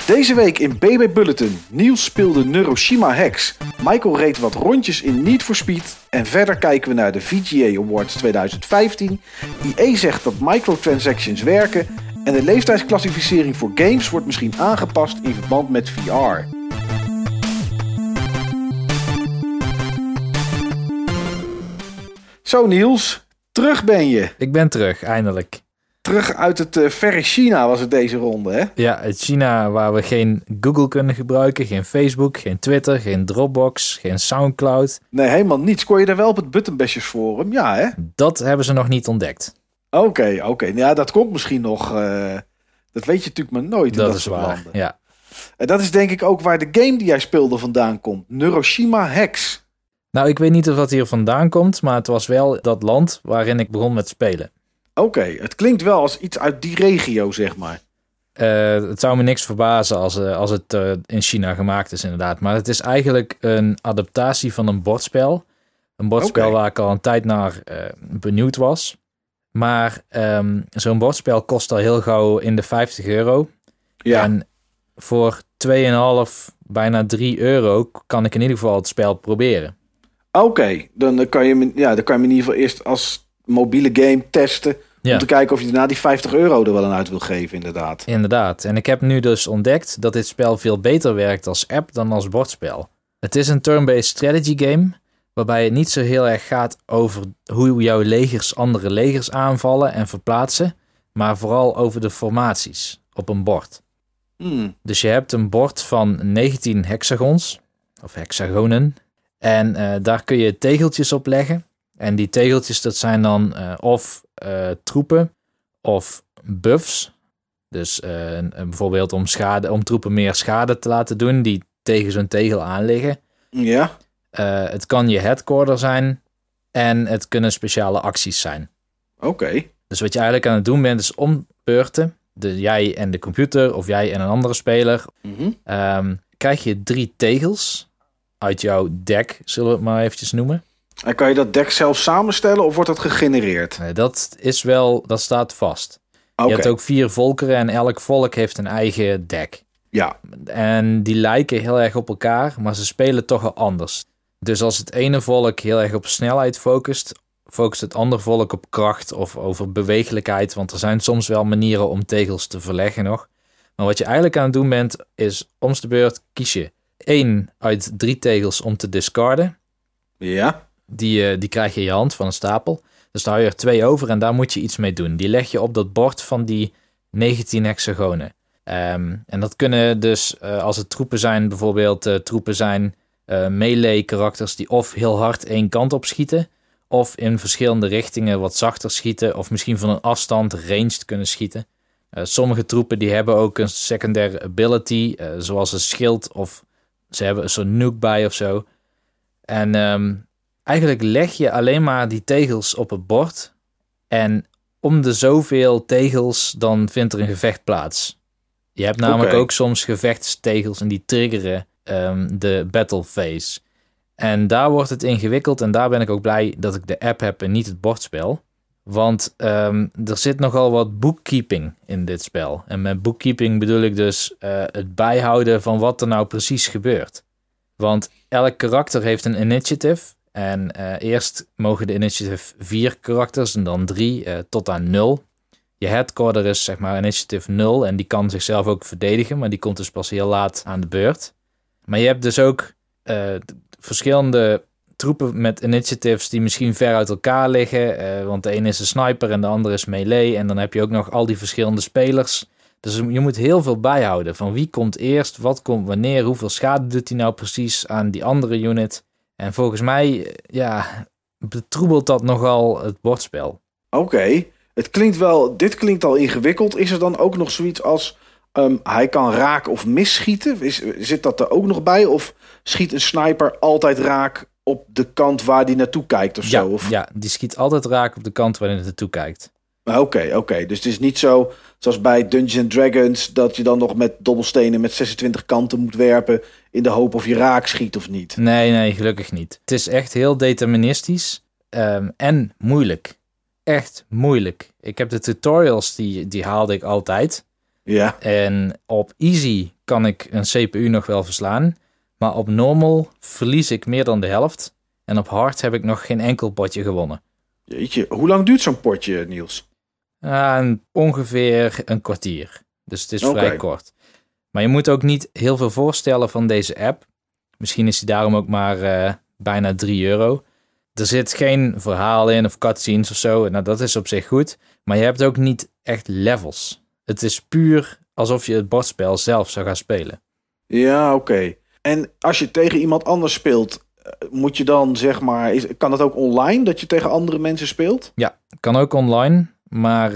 Deze week in BB Bulletin. Niels speelde Neuroshima Hex. Michael reed wat rondjes in Need for Speed. En verder kijken we naar de VGA Awards 2015. EA zegt dat microtransactions werken. En de leeftijdsclassificering voor games wordt misschien aangepast in verband met VR. Zo Niels, terug ben je. Ik ben terug, eindelijk. Terug uit het verre China was het deze ronde, hè? Ja, het China waar we geen Google kunnen gebruiken, geen Facebook, geen Twitter, geen Dropbox, geen Soundcloud. Nee, helemaal niets. Kon je daar wel op het Buttonbashers forum? Ja, hè? Dat hebben ze nog niet ontdekt. Oké. Ja, dat komt misschien nog. Dat weet je natuurlijk maar nooit in dat is soort waar, landen. ja. En dat is denk ik ook waar de game die jij speelde vandaan komt. Neuroshima Hex. Nou, ik weet niet of dat hier vandaan komt, maar het was wel dat land waarin ik begon met spelen. Oké, het klinkt wel als iets uit die regio, zeg maar. Het zou me niks verbazen als het in China gemaakt is, inderdaad. Maar het is eigenlijk een adaptatie van een bordspel. Een bordspel waar ik al een tijd naar benieuwd was. Maar zo'n bordspel kost al heel gauw in de €50. Ja. En voor 2,5, bijna €3 kan ik in ieder geval het spel proberen. Oké, dan kan je hem in ieder geval eerst als mobiele game testen. Ja. Om te kijken of je daarna die €50 er wel aan uit wil geven, inderdaad. Inderdaad. En ik heb nu dus ontdekt dat dit spel veel beter werkt als app dan als bordspel. Het is een turn-based strategy game, waarbij het niet zo heel erg gaat over hoe jouw legers andere legers aanvallen en verplaatsen, maar vooral over de formaties op een bord. Dus je hebt een bord van 19 hexagons, of hexagonen, en daar kun je tegeltjes op leggen. En die tegeltjes, dat zijn dan troepen of buffs. Dus bijvoorbeeld om troepen meer schade te laten doen die tegen zo'n tegel aan liggen. Ja. Het kan je headquarter zijn en het kunnen speciale acties zijn. Oké. Dus wat je eigenlijk aan het doen bent is om beurten, jij en de computer of jij en een andere speler, krijg je 3 tegels uit jouw deck, zullen we het maar eventjes noemen. En kan je dat deck zelf samenstellen of wordt dat gegenereerd? Dat staat vast. Okay. Je hebt ook 4 volkeren en elk volk heeft een eigen deck. Ja. En die lijken heel erg op elkaar, maar ze spelen toch wel anders. Dus als het ene volk heel erg op snelheid focust het andere volk op kracht of over beweeglijkheid. Want er zijn soms wel manieren om tegels te verleggen nog. Maar wat je eigenlijk aan het doen bent, is om de beurt kies je 1 uit 3 tegels om te discarden. Ja. Die krijg je in je hand van een stapel. Dus daar hou je er 2 over en daar moet je iets mee doen. Die leg je op dat bord van die 19 hexagonen. En dat kunnen dus, als het troepen zijn, bijvoorbeeld melee karakters die of heel hard één kant op schieten, of in verschillende richtingen wat zachter schieten, of misschien van een afstand ranged kunnen schieten. Sommige troepen die hebben ook een secondary ability, zoals een schild, of ze hebben een soort nuke bij of zo. En eigenlijk leg je alleen maar die tegels op het bord. En om de zoveel tegels, dan vindt er een gevecht plaats. Je hebt namelijk ook soms gevechtstegels en die triggeren de battle phase. En daar wordt het ingewikkeld en daar ben ik ook blij dat ik de app heb en niet het bordspel. Want er zit nogal wat bookkeeping in dit spel. En met bookkeeping bedoel ik dus het bijhouden van wat er nou precies gebeurt. Want elk karakter heeft een initiative. En eerst mogen de initiative 4 karakters en dan 3 tot aan 0. Je headquarter is zeg maar initiative 0 en die kan zichzelf ook verdedigen, maar die komt dus pas heel laat aan de beurt. Maar je hebt dus ook verschillende troepen met initiatives die misschien ver uit elkaar liggen, want de ene is een sniper en de andere is melee en dan heb je ook nog al die verschillende spelers. Dus je moet heel veel bijhouden van wie komt eerst, wat komt wanneer, hoeveel schade doet hij nou precies aan die andere unit. En volgens mij, betroebelt dat nogal het bordspel. Oké. Dit klinkt al ingewikkeld. Is er dan ook nog zoiets als hij kan raak of misschieten? Zit dat er ook nog bij? Of schiet een sniper altijd raak op de kant waar die naartoe kijkt of zo? Of? Ja, die schiet altijd raak op de kant waar hij naartoe kijkt. Oké. Dus het is niet zo zoals bij Dungeons & Dragons dat je dan nog met dobbelstenen met 26 kanten moet werpen in de hoop of je raak schiet of niet. Nee, gelukkig niet. Het is echt heel deterministisch en moeilijk. Echt moeilijk. Ik heb de tutorials, die haalde ik altijd. Ja. En op easy kan ik een CPU nog wel verslaan. Maar op normal verlies ik meer dan de helft. En op hard heb ik nog geen enkel potje gewonnen. Jeetje, hoe lang duurt zo'n potje, Niels? Ongeveer een kwartier. Dus het is vrij kort. Maar je moet ook niet heel veel voorstellen van deze app. Misschien is die daarom ook maar bijna €3. Er zit geen verhaal in of cutscenes of zo. Nou, dat is op zich goed. Maar je hebt ook niet echt levels. Het is puur alsof je het bordspel zelf zou gaan spelen. Ja, oké. En als je tegen iemand anders speelt, moet je dan zeg maar... kan dat ook online, dat je tegen andere mensen speelt? Ja, kan ook online. Maar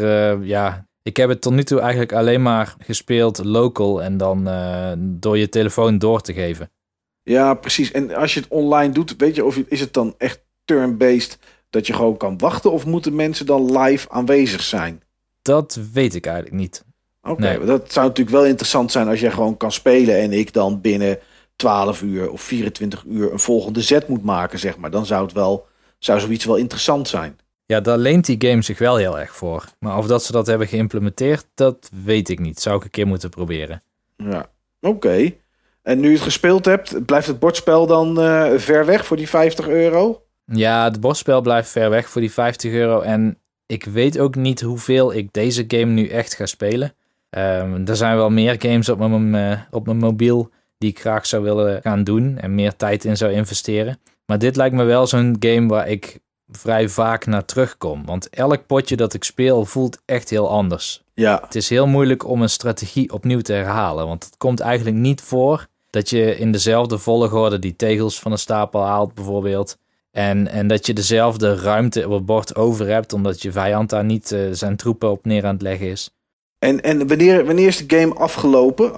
ik heb het tot nu toe eigenlijk alleen maar gespeeld local en dan door je telefoon door te geven. Ja, precies. En als je het online doet, weet je, is het dan echt turn-based dat je gewoon kan wachten? Of moeten mensen dan live aanwezig zijn? Dat weet ik eigenlijk niet. Oké, Nee. Dat zou natuurlijk wel interessant zijn als jij gewoon kan spelen en ik dan binnen 12 uur of 24 uur een volgende zet moet maken, zeg maar. Dan zou zoiets wel interessant zijn. Ja, daar leent die game zich wel heel erg voor. Maar of dat ze dat hebben geïmplementeerd, dat weet ik niet. Zou ik een keer moeten proberen. Ja, oké. En nu je het gespeeld hebt, blijft het bordspel dan ver weg voor die €50? Ja, het bordspel blijft ver weg voor die €50. En ik weet ook niet hoeveel ik deze game nu echt ga spelen. Er zijn wel meer games op mijn mobiel die ik graag zou willen gaan doen en meer tijd in zou investeren. Maar dit lijkt me wel zo'n game waar ik vrij vaak naar terugkom. Want elk potje dat ik speel voelt echt heel anders. Ja. Het is heel moeilijk om een strategie opnieuw te herhalen. Want het komt eigenlijk niet voor dat je in dezelfde volgorde die tegels van een stapel haalt bijvoorbeeld. En dat je dezelfde ruimte op het bord over hebt, omdat je vijand daar niet zijn troepen op neer aan het leggen is. En wanneer is de game afgelopen?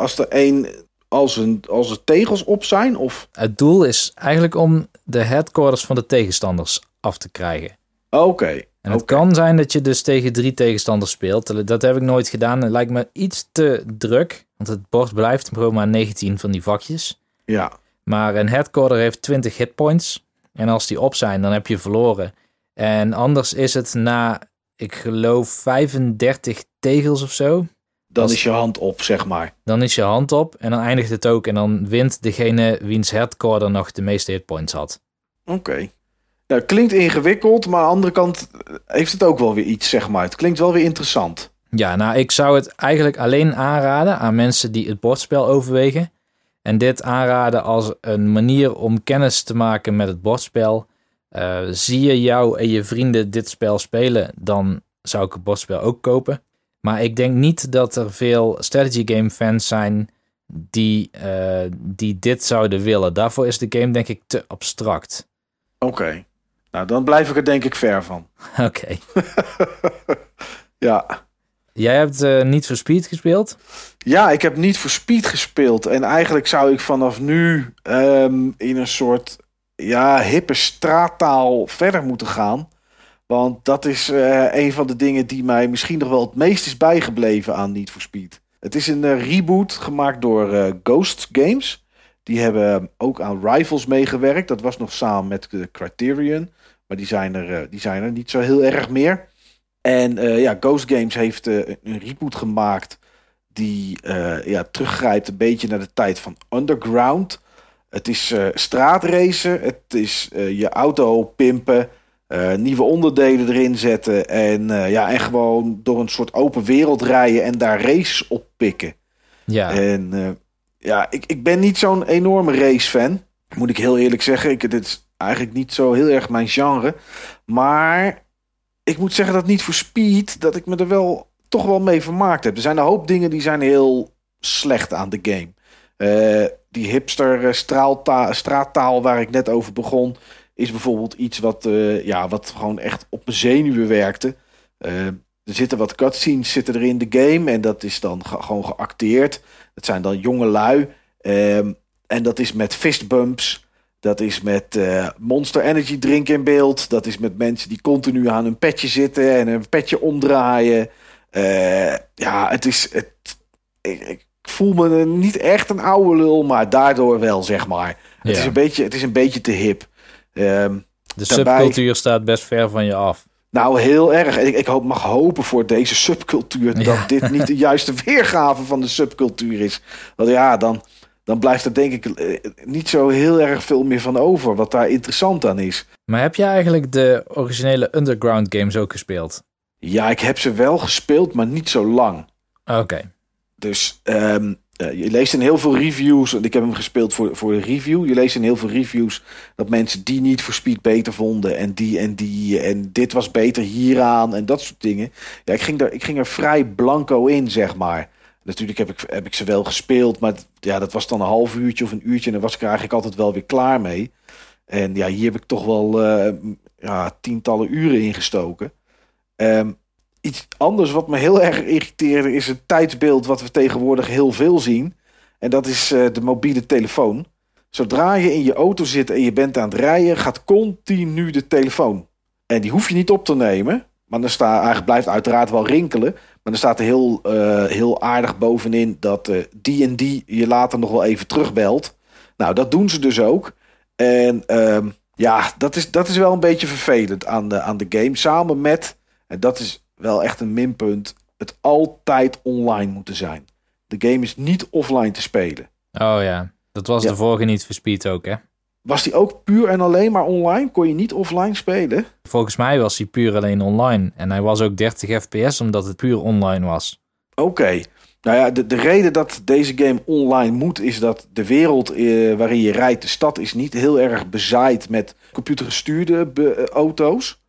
Als er tegels op zijn? Of? Het doel is eigenlijk om de headquarters van de tegenstanders af te krijgen. Oké. En het kan zijn dat je dus tegen 3 tegenstanders speelt. Dat heb ik nooit gedaan. Het lijkt me iets te druk, want het bord blijft gewoon maar 19 van die vakjes. Ja. Maar een headquarter heeft 20 hitpoints. En als die op zijn, dan heb je verloren. En anders is het na, ik geloof, 35 tegels of zo. Dan is je hand op, zeg maar. Dan is je hand op en dan eindigt het ook. En dan wint degene wiens headquarter nog de meeste hitpoints had. Oké. Nou, klinkt ingewikkeld, maar aan de andere kant heeft het ook wel weer iets, zeg maar. Het klinkt wel weer interessant. Ja, nou, ik zou het eigenlijk alleen aanraden aan mensen die het bordspel overwegen. En dit aanraden als een manier om kennis te maken met het bordspel. Zie je jou en je vrienden dit spel spelen, dan zou ik het bordspel ook kopen. Maar ik denk niet dat er veel strategy game fans zijn die dit zouden willen. Daarvoor is de game denk ik te abstract. Oké. Nou, dan blijf ik er denk ik ver van. Oké. Ja. Jij hebt Need for Speed gespeeld? Ja, ik heb Need for Speed gespeeld. En eigenlijk zou ik vanaf nu in een soort hippe straattaal verder moeten gaan. Want dat is een van de dingen die mij misschien nog wel het meest is bijgebleven aan Need for Speed. Het is een reboot gemaakt door Ghost Games. Die hebben ook aan Rivals meegewerkt. Dat was nog samen met Criterion. Maar die zijn er niet zo heel erg meer. En Ghost Games heeft een reboot gemaakt die teruggrijpt een beetje naar de tijd van Underground. Het is straatracen, het is je auto pimpen, nieuwe onderdelen erin zetten en gewoon door een soort open wereld rijden en daar races op pikken. Ja. En ik ben niet zo'n enorme racefan, moet ik heel eerlijk zeggen. Dit is eigenlijk niet zo heel erg mijn genre, maar ik moet zeggen dat niet voor Speed, dat ik me er toch wel mee vermaakt heb. Er zijn een hoop dingen die zijn heel slecht aan de game. Die hipster straattaal waar ik net over begon, is bijvoorbeeld iets wat gewoon echt op mijn zenuwen werkte. Er zitten wat cutscenes erin de game en dat is dan gewoon geacteerd. Dat zijn dan jonge lui. En dat is met fistbumps. Dat is met Monster Energy drink in beeld. Dat is met mensen die continu aan hun petje zitten en een petje omdraaien. Ik voel me niet echt een oude lul, maar daardoor wel, zeg maar. Ja. Het is een beetje te hip. De subcultuur staat best ver van je af. Nou, heel erg. Ik mag hopen voor deze subcultuur dat dit niet de juiste weergave van de subcultuur is. Want ja, dan blijft er denk ik niet zo heel erg veel meer van over wat daar interessant aan is. Maar heb je eigenlijk de originele Underground games ook gespeeld? Ja, ik heb ze wel gespeeld, maar niet zo lang. Oké. Dus je leest in heel veel reviews, en ik heb hem gespeeld voor de review. Je leest in heel veel reviews dat mensen die niet voor Speed beter vonden en die en dit was beter hieraan en dat soort dingen. Ja, ik ging er vrij blanco in, zeg maar. Natuurlijk heb ik ze wel gespeeld, maar ja, dat was dan een half uurtje of een uurtje en dan was ik er eigenlijk altijd wel weer klaar mee. En ja, hier heb ik toch wel tientallen uren ingestoken. Iets anders wat me heel erg irriteerde is een tijdsbeeld wat we tegenwoordig heel veel zien. En dat is de mobiele telefoon. Zodra je in je auto zit en je bent aan het rijden, gaat continu de telefoon. En die hoef je niet op te nemen. Maar hij blijft uiteraard wel rinkelen. Maar dan staat er heel aardig bovenin dat die en die je later nog wel even terugbelt. Nou, dat doen ze dus ook. En dat is wel een beetje vervelend aan de game. Samen met, en dat is wel echt een minpunt, het altijd online moeten zijn. De game is niet offline te spelen. Oh ja, dat was de vorige niet voor Speed ook, hè? Was die ook puur en alleen maar online? Kon je niet offline spelen? Volgens mij was hij puur alleen online. En hij was ook 30 fps omdat het puur online was. Oké. Nou ja, de reden dat deze game online moet is dat de wereld waarin je rijdt, de stad is niet heel erg bezaaid met computergestuurde auto's.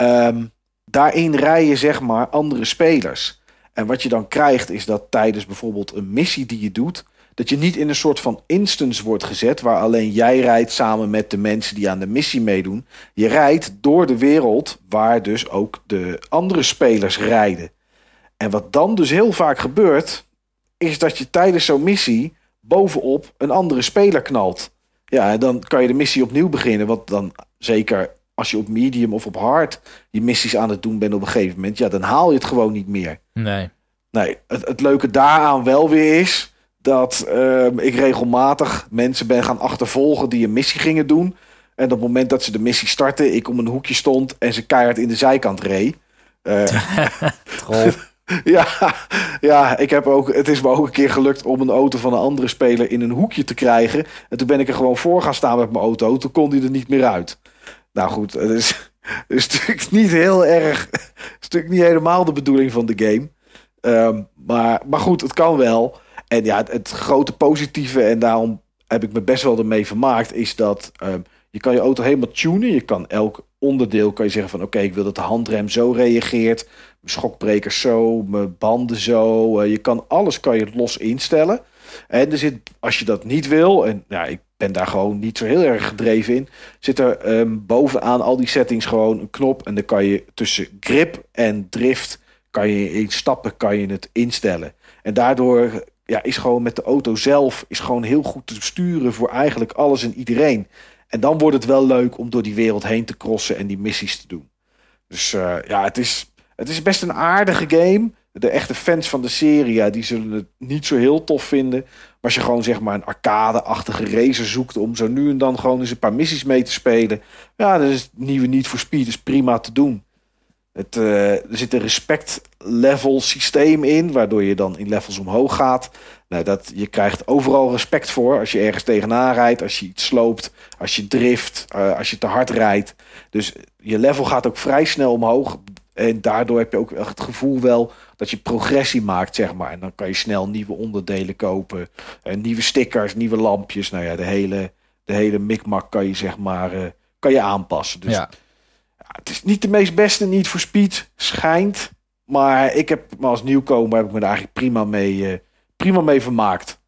Daarin rijden zeg maar andere spelers. En wat je dan krijgt is dat tijdens bijvoorbeeld een missie die je doet, dat je niet in een soort van instance wordt gezet waar alleen jij rijdt samen met de mensen die aan de missie meedoen. Je rijdt door de wereld waar dus ook de andere spelers rijden. En wat dan dus heel vaak gebeurt, is dat je tijdens zo'n missie bovenop een andere speler knalt. Ja, en dan kan je de missie opnieuw beginnen. Want dan, zeker als je op medium of op hard je missies aan het doen bent op een gegeven moment, ja, dan haal je het gewoon niet meer. Nee, het leuke daaraan wel weer is dat ik regelmatig mensen ben gaan achtervolgen die een missie gingen doen. En op het moment dat ze de missie starten, ik om een hoekje stond en ze keihard in de zijkant reed. Ja, het is me ook een keer gelukt om een auto van een andere speler in een hoekje te krijgen. En toen ben ik er gewoon voor gaan staan met mijn auto. Toen kon die er niet meer uit. Nou goed, het is natuurlijk niet heel erg. Het is natuurlijk niet helemaal de bedoeling van de game. Maar goed, het kan wel. En ja, het grote positieve, en daarom heb ik me best wel ermee vermaakt, is dat je kan je auto helemaal tunen. Je kan elk onderdeel kan je zeggen van oké, ik wil dat de handrem zo reageert. Mijn schokbrekers zo, mijn banden zo. Je kan alles los instellen. En er zit, als je dat niet wil, en ja, ik ben daar gewoon niet zo heel erg gedreven in, zit er bovenaan al die settings gewoon een knop. En dan kan je tussen grip en drift, kan je in stappen kan je het instellen. En daardoor is gewoon met de auto zelf is gewoon heel goed te sturen voor eigenlijk alles en iedereen. En dan wordt het wel leuk om door die wereld heen te crossen en die missies te doen. Dus het is best een aardige game. De echte fans van de serie, die zullen het niet zo heel tof vinden. Maar als je gewoon zeg maar een arcade-achtige racer zoekt om zo nu en dan gewoon eens een paar missies mee te spelen. Ja, dan is het nieuwe Need for Speed is prima te doen. Er zit een respect level systeem in, waardoor je dan in levels omhoog gaat. Nou, je krijgt overal respect voor als je ergens tegenaan rijdt, als je iets sloopt, als je drift, als je te hard rijdt. Dus je level gaat ook vrij snel omhoog. En daardoor heb je ook het gevoel wel dat je progressie maakt, zeg maar. En dan kan je snel nieuwe onderdelen kopen. Nieuwe stickers, nieuwe lampjes. Nou ja, de hele mikmak kan je zeg maar kan je aanpassen. Dus ja, het is niet de meest beste Need for Speed, schijnt. Maar ik heb me als nieuwkomer heb ik me daar eigenlijk prima mee vermaakt.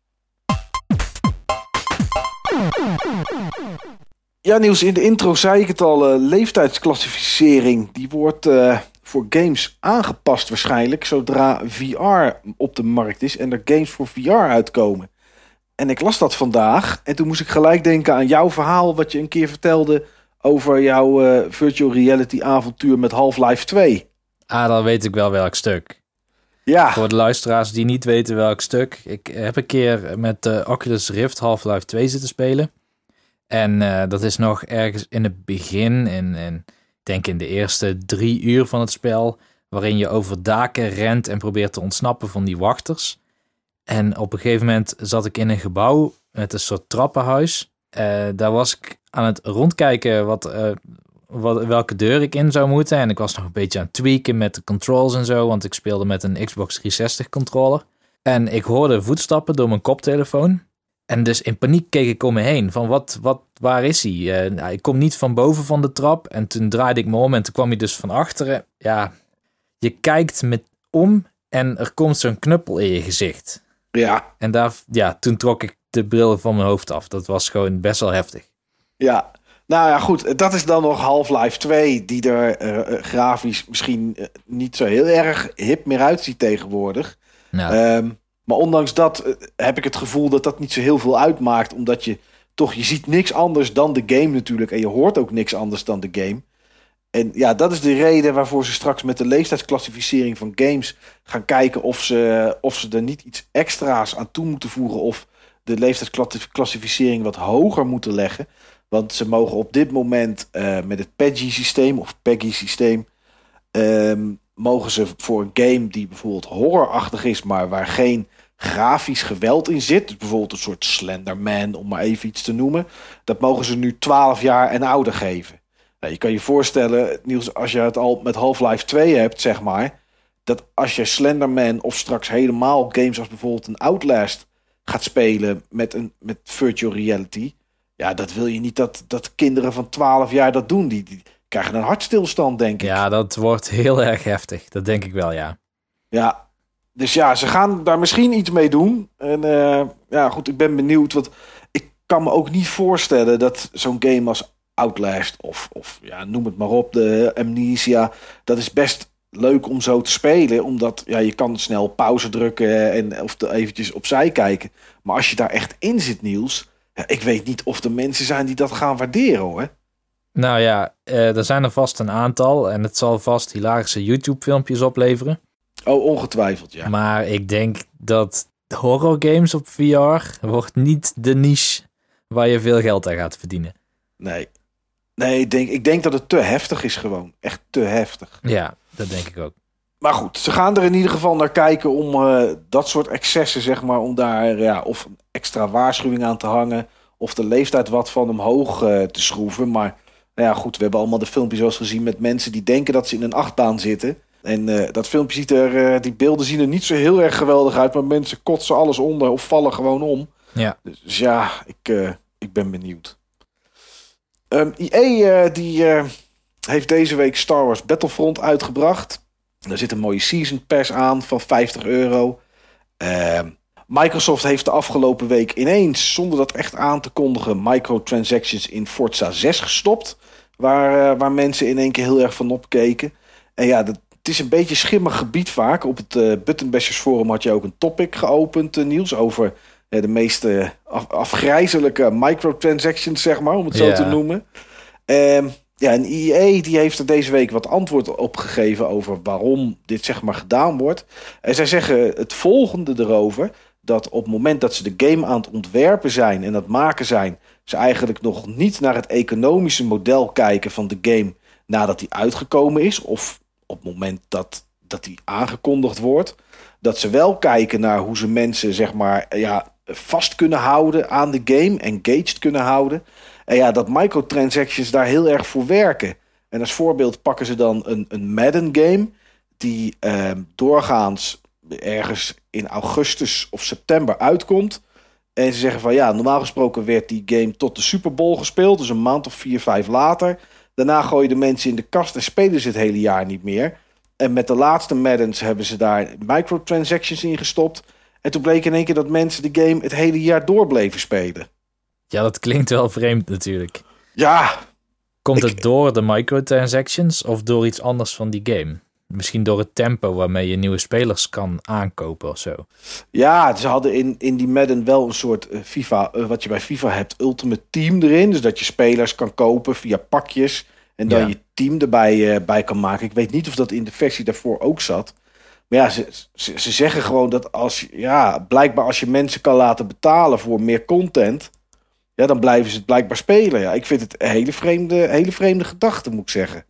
Ja, Niels, in de intro zei ik het al. Leeftijdsclassificering, die wordt voor games aangepast waarschijnlijk zodra VR op de markt is en er games voor VR uitkomen. En ik las dat vandaag en toen moest ik gelijk denken aan jouw verhaal wat je een keer vertelde over jouw virtual reality avontuur met Half-Life 2. Dan weet ik wel welk stuk. Ja. Voor de luisteraars die niet weten welk stuk. Ik heb een keer met de Oculus Rift Half-Life 2 zitten spelen. En dat is nog ergens in het begin. denk in de eerste 3 uur van het spel, waarin je over daken rent en probeert te ontsnappen van die wachters. En op een gegeven moment zat ik in een gebouw met een soort trappenhuis. Daar was ik aan het rondkijken welke deur ik in zou moeten. En ik was nog een beetje aan het tweaken met de controls en zo, want ik speelde met een Xbox 360 controller. En ik hoorde voetstappen door mijn koptelefoon. En dus in paniek keek ik om me heen. Van waar is hij? Ik kom niet van boven van de trap. En toen draaide ik me om en toen kwam hij dus van achteren. Ja, je kijkt met om en er komt zo'n knuppel in je gezicht. Ja. En toen trok ik de bril van mijn hoofd af. Dat was gewoon best wel heftig. Ja, nou ja, goed. Dat is dan nog Half-Life 2, die er grafisch misschien niet zo heel erg hip meer uitziet tegenwoordig. Nou. Maar ondanks dat heb ik het gevoel dat dat niet zo heel veel uitmaakt. Omdat je ziet niks anders dan de game natuurlijk. En je hoort ook niks anders dan de game. En ja, dat is de reden waarvoor ze straks met de leeftijdsclassificering van games gaan kijken of ze er niet iets extra's aan toe moeten voegen. Of de leeftijdsclassificering wat hoger moeten leggen. Want ze mogen op dit moment met het PEGI-systeem of PEGI-systeem... mogen ze voor een game die bijvoorbeeld horrorachtig is, maar waar geen grafisch geweld in zit, dus bijvoorbeeld een soort Slenderman, om maar even iets te noemen, dat mogen ze nu 12 jaar en ouder geven. Nou, je kan je voorstellen, Niels, als je het al met Half-Life 2 hebt, zeg maar, dat als je Slenderman of straks helemaal games als bijvoorbeeld een Outlast gaat spelen met virtual reality, ja, dat wil je niet dat kinderen van 12 jaar dat doen. Die krijgen een hartstilstand, denk ik. Ja, dat wordt heel erg heftig. Dat denk ik wel, ja. Ja, dus ja, ze gaan daar misschien iets mee doen. En ja, goed, ik ben benieuwd. Want ik kan me ook niet voorstellen dat zo'n game als Outlast of ja, noem het maar op, de Amnesia, dat is best leuk om zo te spelen. Omdat ja, je kan snel pauze drukken of eventjes opzij kijken. Maar als je daar echt in zit, Niels, ja, ik weet niet of er mensen zijn die dat gaan waarderen, hoor. Nou ja, er zijn er vast een aantal en het zal vast hilarische YouTube-filmpjes opleveren. Oh, ongetwijfeld, ja. Maar ik denk dat horrorgames op VR wordt niet de niche waar je veel geld aan gaat verdienen. Nee, ik denk dat het te heftig is gewoon. Echt te heftig. Ja, dat denk ik ook. Maar goed, ze gaan er in ieder geval naar kijken om dat soort excessen, zeg maar, om daar of een extra waarschuwing aan te hangen of de leeftijd wat van omhoog te schroeven. Maar nou ja, goed, we hebben allemaal de filmpjes zoals gezien met mensen die denken dat ze in een achtbaan zitten. En dat filmpje ziet die beelden zien er niet zo heel erg geweldig uit, maar mensen kotsen alles onder of vallen gewoon om. Ja. Dus ja, ik ben benieuwd. EA die heeft deze week Star Wars Battlefront uitgebracht. Er zit een mooie Season Pass aan van €50. Microsoft heeft de afgelopen week ineens, zonder dat echt aan te kondigen, microtransactions in Forza 6 gestopt. Waar mensen in één keer heel erg van opkeken. En ja, het is een beetje schimmig gebied vaak. Op het Buttonbashers Forum had je ook een topic geopend, Niels, over de meest afgrijzelijke microtransactions, zeg maar, om het zo te noemen. Ja, en EA die heeft er deze week wat antwoord op gegeven over waarom dit, zeg maar, gedaan wordt. En zij zeggen het volgende erover, dat op het moment dat ze de game aan het ontwerpen zijn en aan het maken zijn, ze eigenlijk nog niet naar het economische model kijken van de game nadat die uitgekomen is, of op het moment dat die aangekondigd wordt. Dat ze wel kijken naar hoe ze mensen, zeg maar, vast kunnen houden aan de game, engaged kunnen houden. En ja, dat microtransactions daar heel erg voor werken. En als voorbeeld pakken ze dan een Madden game die doorgaans ergens in augustus of september uitkomt. En ze zeggen van ja, normaal gesproken werd die game tot de Super Bowl gespeeld, dus een maand of 4, 5 later. Daarna gooien de mensen in de kast en spelen ze het hele jaar niet meer. En met de laatste Maddens hebben ze daar microtransactions in gestopt. En toen bleek in één keer dat mensen de game het hele jaar door bleven spelen. Ja, dat klinkt wel vreemd natuurlijk. Ja. Komt het door de microtransactions of door iets anders van die game? Misschien door het tempo waarmee je nieuwe spelers kan aankopen of zo. Ja, ze hadden in die Madden wel een soort FIFA, wat je bij FIFA hebt, Ultimate Team erin. Dus dat je spelers kan kopen via pakjes en dan je team erbij bij kan maken. Ik weet niet of dat in de versie daarvoor ook zat. Maar ja, ze zeggen gewoon dat blijkbaar als je mensen kan laten betalen voor meer content, ja, dan blijven ze het blijkbaar spelen. Ja, ik vind het een hele vreemde gedachte, moet ik zeggen.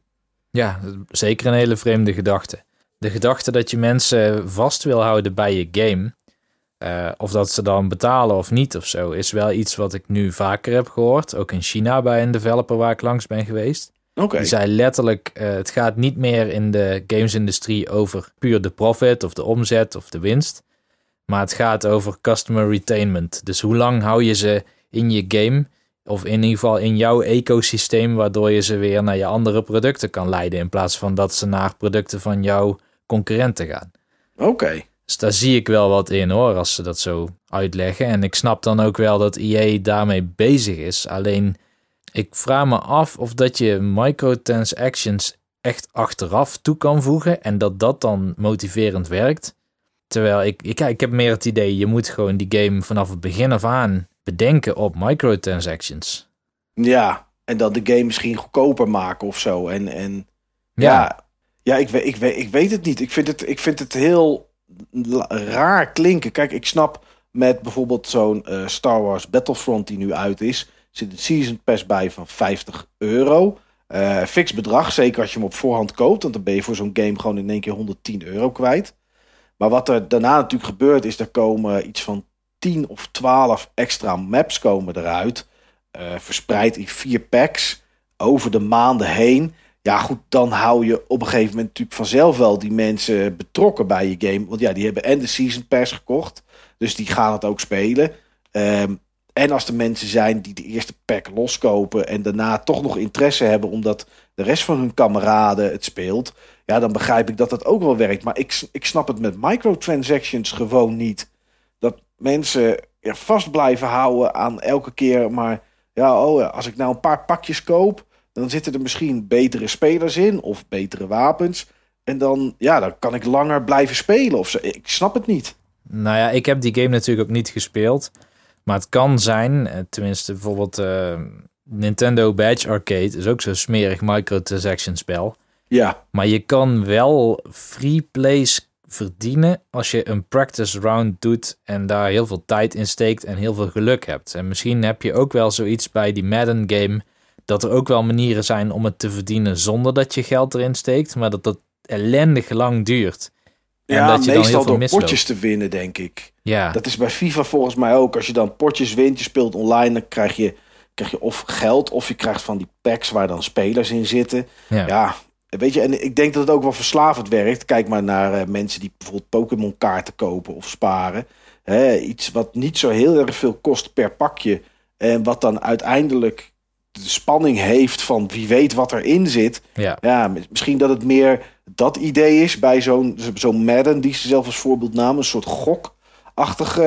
Ja, zeker een hele vreemde gedachte. De gedachte dat je mensen vast wil houden bij je game, of dat ze dan betalen of niet of zo, is wel iets wat ik nu vaker heb gehoord. Ook in China bij een developer waar ik langs ben geweest. Okay. Die zei letterlijk, het gaat niet meer in de gamesindustrie over puur de profit of de omzet of de winst. Maar het gaat over customer retainment. Dus hoe lang hou je ze in je game, of in ieder geval in jouw ecosysteem, waardoor je ze weer naar je andere producten kan leiden, in plaats van dat ze naar producten van jouw concurrenten gaan. Oké. Dus daar zie ik wel wat in hoor, als ze dat zo uitleggen. En ik snap dan ook wel dat EA daarmee bezig is. Alleen, ik vraag me af of dat je microtransactions echt achteraf toe kan voegen en dat dan motiverend werkt. Terwijl ik heb meer het idee, je moet gewoon die game vanaf het begin af aan bedenken op microtransactions. Ja, en dat de game misschien goedkoper maken of zo. En ik weet het niet. Ik vind het heel raar klinken. Kijk, ik snap met bijvoorbeeld zo'n Star Wars Battlefront die nu uit is, zit een season pass bij van €50. Fix bedrag, zeker als je hem op voorhand koopt, want dan ben je voor zo'n game gewoon in één keer €110 kwijt. Maar wat er daarna natuurlijk gebeurt, is er komen iets van 10 of 12 extra maps komen eruit. Verspreid in 4 packs over de maanden heen. Ja goed, dan hou je op een gegeven moment natuurlijk vanzelf wel die mensen betrokken bij je game. Want ja, die hebben en de Season Pass gekocht. Dus die gaan het ook spelen. En als er mensen zijn die de eerste pack loskopen en daarna toch nog interesse hebben omdat de rest van hun kameraden het speelt, ja, dan begrijp ik dat dat ook wel werkt. Maar ik snap het met microtransactions gewoon niet. Dat mensen vast blijven houden aan elke keer. Maar als ik nou een paar pakjes koop, dan zitten er misschien betere spelers in of betere wapens. En dan kan ik langer blijven spelen of zo. Ik snap het niet. Nou ja, ik heb die game natuurlijk ook niet gespeeld. Maar het kan zijn, tenminste bijvoorbeeld Nintendo Badge Arcade is ook zo'n smerig microtransaction spel. Ja. Maar je kan wel free plays verdienen als je een practice round doet en daar heel veel tijd in steekt en heel veel geluk hebt. En misschien heb je ook wel zoiets bij die Madden game, dat er ook wel manieren zijn om het te verdienen zonder dat je geld erin steekt, maar dat ellendig lang duurt. En dat je meestal dan door potjes te winnen, denk ik. Ja. Dat is bij FIFA volgens mij ook. Als je dan potjes wint, je speelt online, dan krijg je of geld of je krijgt van die packs waar dan spelers in zitten. Ja, weet je, en ik denk dat het ook wel verslavend werkt. Kijk maar naar mensen die bijvoorbeeld Pokémon kaarten kopen of sparen. Iets wat niet zo heel erg veel kost per pakje. En wat dan uiteindelijk de spanning heeft van wie weet wat erin zit. Ja, misschien dat het meer dat idee is bij zo'n Madden, die ze zelf als voorbeeld namen. Een soort gokachtige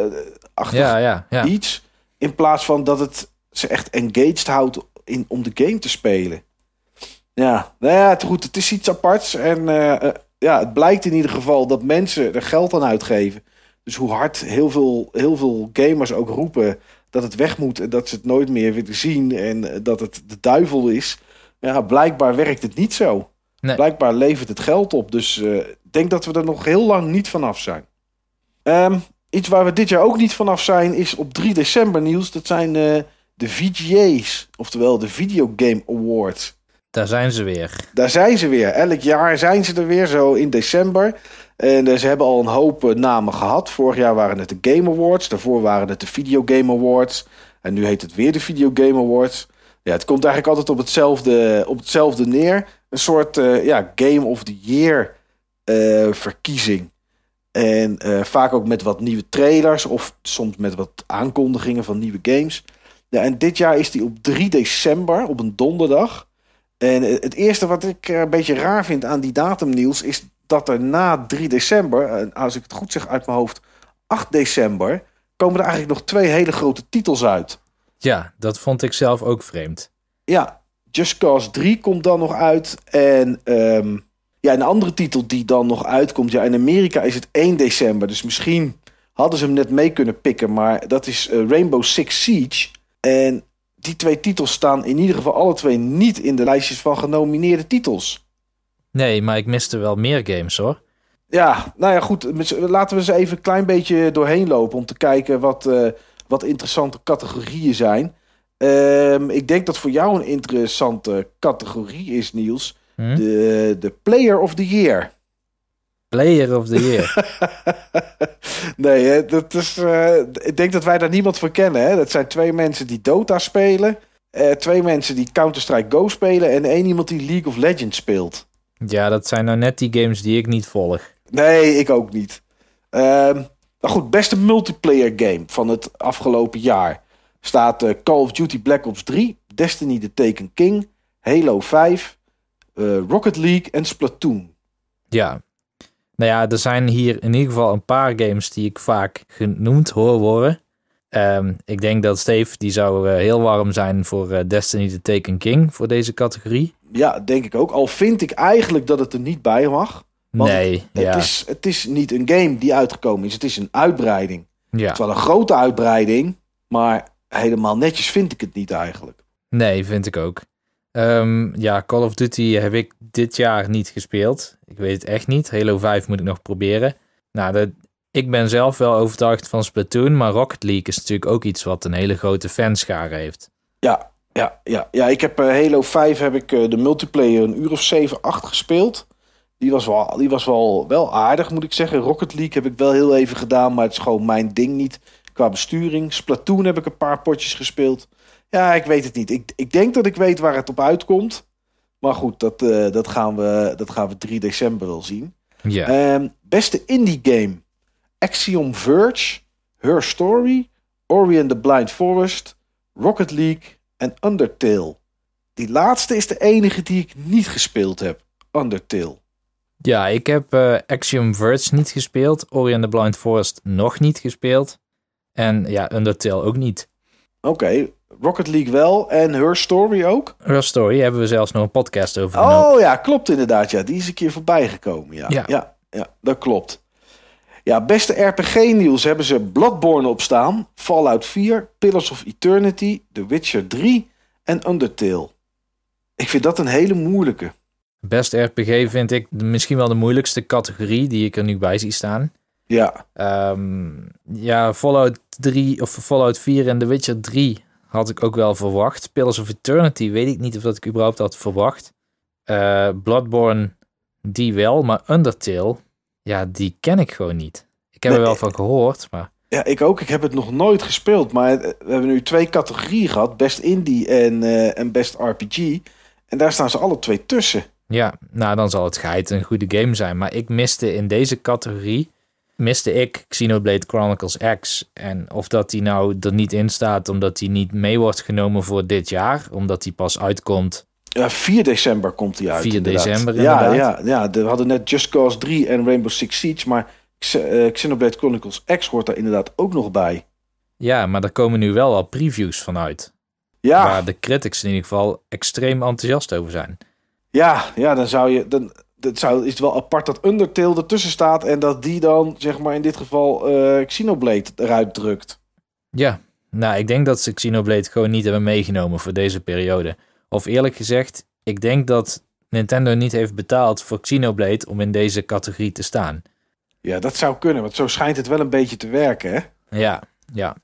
iets. In plaats van dat het ze echt engaged houdt om de game te spelen. Ja, nou ja, goed, het is iets aparts. En het blijkt in ieder geval dat mensen er geld aan uitgeven. Dus hoe hard heel veel gamers ook roepen dat het weg moet en dat ze het nooit meer willen zien en dat het de duivel is. Ja, blijkbaar werkt het niet zo. Nee. Blijkbaar levert het geld op. Dus ik denk dat we er nog heel lang niet vanaf zijn. Iets waar we dit jaar ook niet vanaf zijn is op 3 december nieuws. Dat zijn de VGA's, oftewel de Video Game Awards. Daar zijn ze weer. Daar zijn ze weer. Elk jaar zijn ze er weer, zo in december. En ze hebben al een hoop namen gehad. Vorig jaar waren het de Game Awards. Daarvoor waren het de Video Game Awards. En nu heet het weer de Video Game Awards. Ja, het komt eigenlijk altijd op hetzelfde neer. Een soort Game of the Year verkiezing. En vaak ook met wat nieuwe trailers. Of soms met wat aankondigingen van nieuwe games. Ja, en dit jaar is die op 3 december, op een donderdag. En het eerste wat ik een beetje raar vind aan die datumnieuws is dat er na 3 december, als ik het goed zeg uit mijn hoofd, 8 december, komen er eigenlijk nog 2 hele grote titels uit. Ja, dat vond ik zelf ook vreemd. Ja, Just Cause 3 komt dan nog uit. En een andere titel die dan nog uitkomt. Ja, in Amerika is het 1 december. Dus misschien hadden ze hem net mee kunnen pikken. Maar dat is Rainbow Six Siege. En die 2 titels staan in ieder geval alle 2 niet in de lijstjes van genomineerde titels. Nee, maar ik miste wel meer games hoor. Ja, nou ja goed. Laten we eens even een klein beetje doorheen lopen om te kijken wat interessante categorieën zijn. Ik denk dat voor jou een interessante categorie is, Niels. De Player of the Year. Player of the Year. Nee, hè, dat is, ik denk dat wij daar niemand van kennen. Hè? Dat zijn 2 mensen die Dota spelen. 2 mensen die Counter-Strike Go spelen. En 1 iemand die League of Legends speelt. Ja, dat zijn nou net die games die ik niet volg. Nee, ik ook niet. Maar goed, beste multiplayer game van het afgelopen jaar staat Call of Duty Black Ops 3, Destiny The Taken King, Halo 5, Rocket League en Splatoon. Ja. Nou ja, er zijn hier in ieder geval een paar games die ik vaak genoemd hoor worden. Ik denk dat Steve, die zou heel warm zijn voor Destiny The Taken King, voor deze categorie. Ja, denk ik ook. Al vind ik eigenlijk dat het er niet bij mag. Want Nee, het is niet een game die uitgekomen is. Het is een uitbreiding. Ja. Het is wel een grote uitbreiding, maar helemaal netjes vind ik het niet eigenlijk. Nee, vind ik ook. Call of Duty heb ik dit jaar niet gespeeld. Ik weet het echt niet. Halo 5 moet ik nog proberen. Nou, ik ben zelf wel overtuigd van Splatoon, maar Rocket League is natuurlijk ook iets wat een hele grote fanschare heeft. Ja, ik heb Halo 5 heb ik de multiplayer een uur of 7, 8 gespeeld. Die was wel aardig, moet ik zeggen. Rocket League heb ik wel heel even gedaan, maar het is gewoon mijn ding niet qua besturing. Splatoon heb ik een paar potjes gespeeld. Ja, ik weet het niet. Ik denk dat ik weet waar het op uitkomt. Maar goed, dat gaan we 3 december wel zien. Ja. Beste indie game. Axiom Verge, Her Story, Ori and the Blind Forest, Rocket League en Undertale. Die laatste is de enige die ik niet gespeeld heb. Undertale. Ja, ik heb Axiom Verge niet gespeeld. Ori and the Blind Forest nog niet gespeeld. En ja, Undertale ook niet. Oké, Rocket League wel en Her Story ook? Her Story hebben we zelfs nog een podcast over genomen. Oh ja, klopt inderdaad. Ja, die is een keer voorbij gekomen. Ja, dat klopt. Ja, beste RPG-nieuws hebben ze Bloodborne op staan, Fallout 4, Pillars of Eternity, The Witcher 3 en Undertale. Ik vind dat een hele moeilijke. Best RPG vind ik misschien wel de moeilijkste categorie die ik er nu bij zie staan. Ja. Fallout 3 of Fallout 4 en The Witcher 3 had ik ook wel verwacht. Pillars of Eternity weet ik niet of dat ik überhaupt had verwacht. Bloodborne, die wel, maar Undertale, ja, die ken ik gewoon niet. Ik heb er wel van gehoord, maar... Ja, ik ook. Ik heb het nog nooit gespeeld, maar we hebben nu 2 categorieën gehad. Best Indie en Best RPG. En daar staan ze alle 2 tussen. Ja, nou dan zal het geit een goede game zijn. Maar ik miste in deze categorie, Xenoblade Chronicles X. En of dat die nou er niet in staat, omdat die niet mee wordt genomen voor dit jaar. Omdat die pas uitkomt. 4 december komt die uit. 4 inderdaad. december inderdaad. Ja, we hadden net Just Cause 3 en Rainbow Six Siege. Maar Xenoblade Chronicles X hoort daar inderdaad ook nog bij. Ja, maar daar komen nu wel al previews van uit. Ja. Waar de critics in ieder geval extreem enthousiast over zijn. Ja, dan zou je... is het wel apart dat Undertale ertussen staat en dat die dan, zeg maar in dit geval, Xenoblade eruit drukt. Ja, nou ik denk dat ze Xenoblade gewoon niet hebben meegenomen voor deze periode. Of eerlijk gezegd, ik denk dat Nintendo niet heeft betaald voor Xenoblade om in deze categorie te staan. Ja, dat zou kunnen, want zo schijnt het wel een beetje te werken, hè? Ja.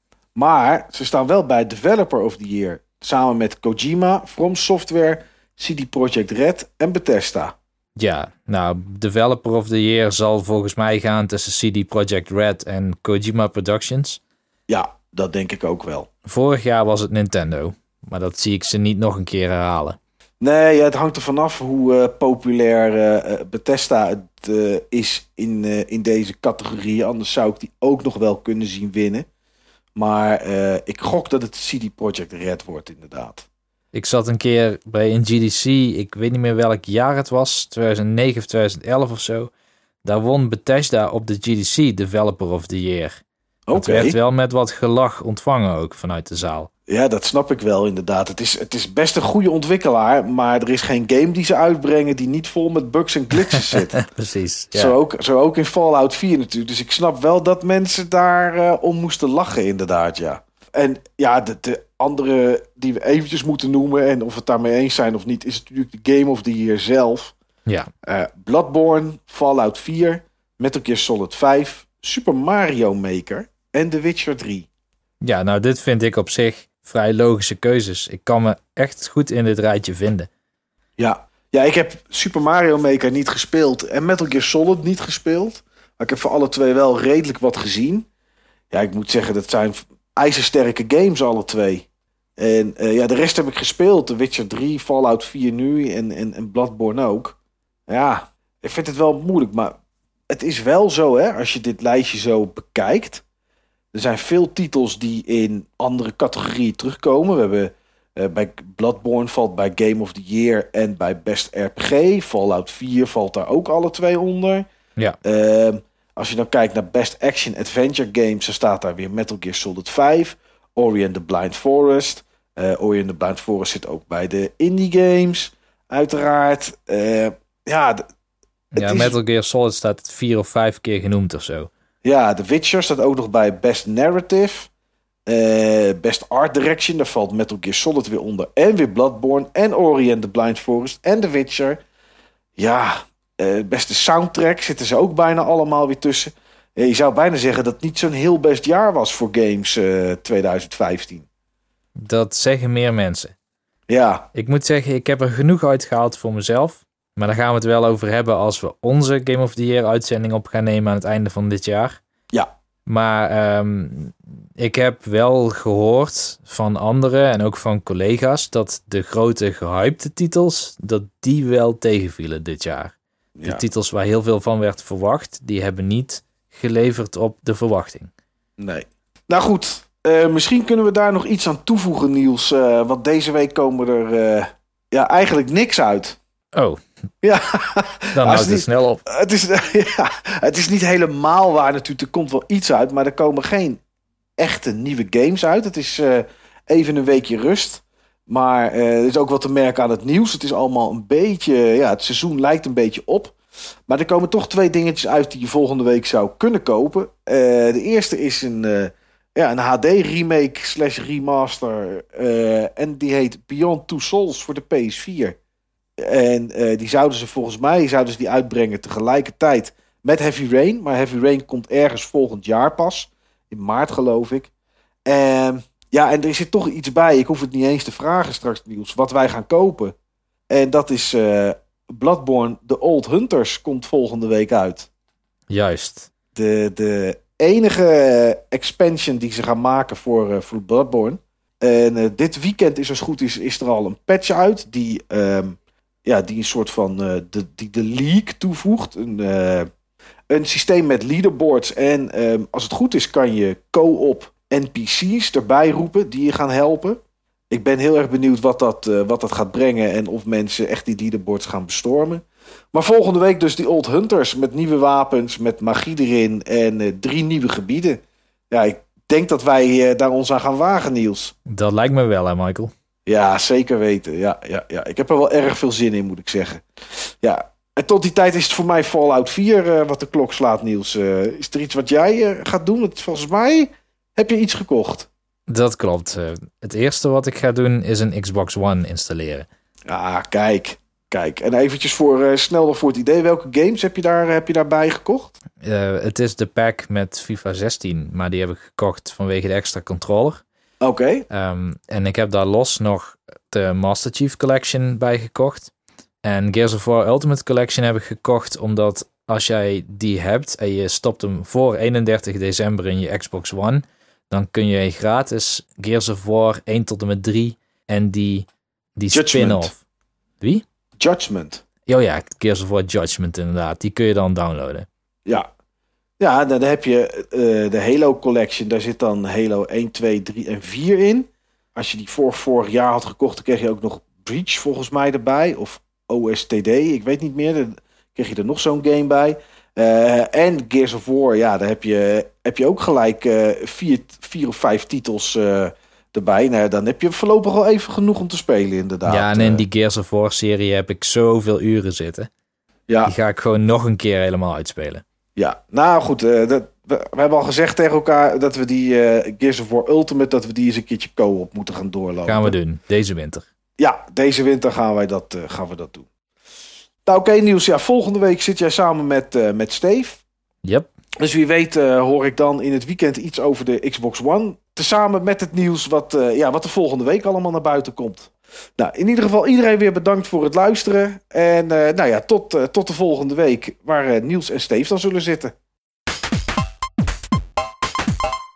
Maar ze staan wel bij Developer of the Year. Samen met Kojima, From Software, CD Projekt Red en Bethesda. Ja, nou, Developer of the Year zal volgens mij gaan tussen CD Projekt Red en Kojima Productions. Ja, dat denk ik ook wel. Vorig jaar was het Nintendo, maar dat zie ik ze niet nog een keer herhalen. Nee, het hangt er vanaf hoe populair Bethesda het is in deze categorie. Anders zou ik die ook nog wel kunnen zien winnen. Maar ik gok dat het CD Projekt Red wordt inderdaad. Ik zat een keer bij een GDC, ik weet niet meer welk jaar het was, 2009 of 2011 of zo. Daar won Bethesda op de GDC Developer of the Year. Het werd wel met wat gelach ontvangen ook vanuit de zaal. Ja, dat snap ik wel inderdaad. Het is best een goede ontwikkelaar, maar er is geen game die ze uitbrengen die niet vol met bugs en glitches zit. Precies. Ja. Zo ook in Fallout 4 natuurlijk. Dus ik snap wel dat mensen daar om moesten lachen inderdaad, ja. En ja, de andere die we eventjes moeten noemen, en of we het daarmee eens zijn of niet, is natuurlijk de Game of the Year zelf. Ja. Bloodborne, Fallout 4, Metal Gear Solid 5, Super Mario Maker en The Witcher 3. Ja, nou dit vind ik op zich vrij logische keuzes. Ik kan me echt goed in dit rijtje vinden. Ja, Ja, ik heb Super Mario Maker niet gespeeld en Metal Gear Solid niet gespeeld. Maar ik heb voor alle twee wel redelijk wat gezien. Ja, ik moet zeggen, dat zijn ijzersterke games alle twee. En de rest heb ik gespeeld. The Witcher 3, Fallout 4 nu en Bloodborne ook. Ja, ik vind het wel moeilijk, maar het is wel zo, hè, als je dit lijstje zo bekijkt. Er zijn veel titels die in andere categorieën terugkomen. We hebben bij Bloodborne valt bij Game of the Year en bij Best RPG. Fallout 4 valt daar ook alle twee onder. Ja. Als je dan kijkt naar Best Action Adventure Games, dan staat daar weer Metal Gear Solid 5, Ori and the Blind Forest. Ori and the Blind Forest zit ook bij de indie games, uiteraard. Metal Gear Solid staat 4 of 5 keer genoemd of zo. Ja, The Witcher staat ook nog bij Best Narrative. Best Art Direction, daar valt Metal Gear Solid weer onder. En weer Bloodborne en Ori and the Blind Forest en The Witcher. Ja, beste soundtrack zitten ze ook bijna allemaal weer tussen. Je zou bijna zeggen dat het niet zo'n heel best jaar was voor games 2015. Dat zeggen meer mensen. Ja. Ik moet zeggen, ik heb er genoeg uitgehaald voor mezelf. Maar daar gaan we het wel over hebben als we onze Game of the Year uitzending op gaan nemen aan het einde van dit jaar. Ja. Maar ik heb wel gehoord van anderen en ook van collega's dat de grote gehypte titels, dat die wel tegenvielen dit jaar. De titels waar heel veel van werd verwacht, die hebben niet geleverd op de verwachting. Nee. Nou goed, misschien kunnen we daar nog iets aan toevoegen, Niels. Want deze week komen er eigenlijk niks uit. Oh, ja. Dan houdt het snel op. Het is niet helemaal waar natuurlijk. Er komt wel iets uit, maar er komen geen echte nieuwe games uit. Het is even een weekje rust. Maar er is ook wat te merken aan het nieuws. Het is allemaal een beetje... Ja, het seizoen lijkt een beetje op. Maar er komen toch 2 dingetjes uit die je volgende week zou kunnen kopen. De eerste is een HD-remake / remaster. En die heet Beyond Two Souls voor de PS4. En die zouden ze volgens mij die uitbrengen tegelijkertijd met Heavy Rain. Maar Heavy Rain komt ergens volgend jaar pas. In maart geloof ik. En er zit toch iets bij. Ik hoef het niet eens te vragen straks, Niels. Wat wij gaan kopen. En dat is Bloodborne The Old Hunters komt volgende week uit. Juist. De enige expansion die ze gaan maken voor Bloodborne. En dit weekend is als goed is er al een patch uit. Die een soort van de League toevoegt. Een systeem met leaderboards. En als het goed is kan je co-op NPC's erbij roepen die je gaan helpen. Ik ben heel erg benieuwd wat dat gaat brengen. En of mensen echt die leaderboards gaan bestormen. Maar volgende week dus die Old Hunters met nieuwe wapens. Met magie erin. En 3 nieuwe gebieden. Ja, ik denk dat wij daar ons aan gaan wagen, Niels. Dat lijkt me wel, hè, Michael? Ja, zeker weten. Ja. Ik heb er wel erg veel zin in, moet ik zeggen. Ja. En tot die tijd is het voor mij Fallout 4 wat de klok slaat, Niels. Is er iets wat jij gaat doen? Want volgens mij heb je iets gekocht. Dat klopt. Het eerste wat ik ga doen is een Xbox One installeren. Ah, kijk. En eventjes snel nog voor het idee. Welke games heb je daarbij gekocht? Het is de pack met FIFA 16. Maar die heb ik gekocht vanwege de extra controller. Oké. En ik heb daar los nog de Master Chief Collection bij gekocht. En Gears of War Ultimate Collection heb ik gekocht omdat als jij die hebt en je stopt hem voor 31 december in je Xbox One, dan kun je gratis Gears of War 1 tot en met 3 en die spin-off. Wie? Judgment. Oh ja, Gears of War Judgment inderdaad. Die kun je dan downloaden. Ja, dan heb je de Halo Collection. Daar zit dan Halo 1, 2, 3 en 4 in. Als je die vorig jaar had gekocht, dan kreeg je ook nog Breach volgens mij erbij. Of OSTD, ik weet niet meer. Dan kreeg je er nog zo'n game bij. En Gears of War, ja, daar heb je ook gelijk 4 of 5 titels erbij. Nou, dan heb je voorlopig al even genoeg om te spelen, inderdaad. Ja, en in die Gears of War serie heb ik zoveel uren zitten. Ja. Die ga ik gewoon nog een keer helemaal uitspelen. Ja, nou goed, we hebben al gezegd tegen elkaar dat we die Gears of War Ultimate, dat we die eens een keertje co-op moeten gaan doorlopen. Gaan we doen, deze winter. Ja, deze winter gaan we dat doen. Nou oké, Niels, ja, volgende week zit jij samen met Steve. Yep. Dus wie weet hoor ik dan in het weekend iets over de Xbox One. Tezamen met het nieuws wat er volgende week allemaal naar buiten komt. Nou, in ieder geval iedereen weer bedankt voor het luisteren. En tot de volgende week waar Niels en Steve dan zullen zitten.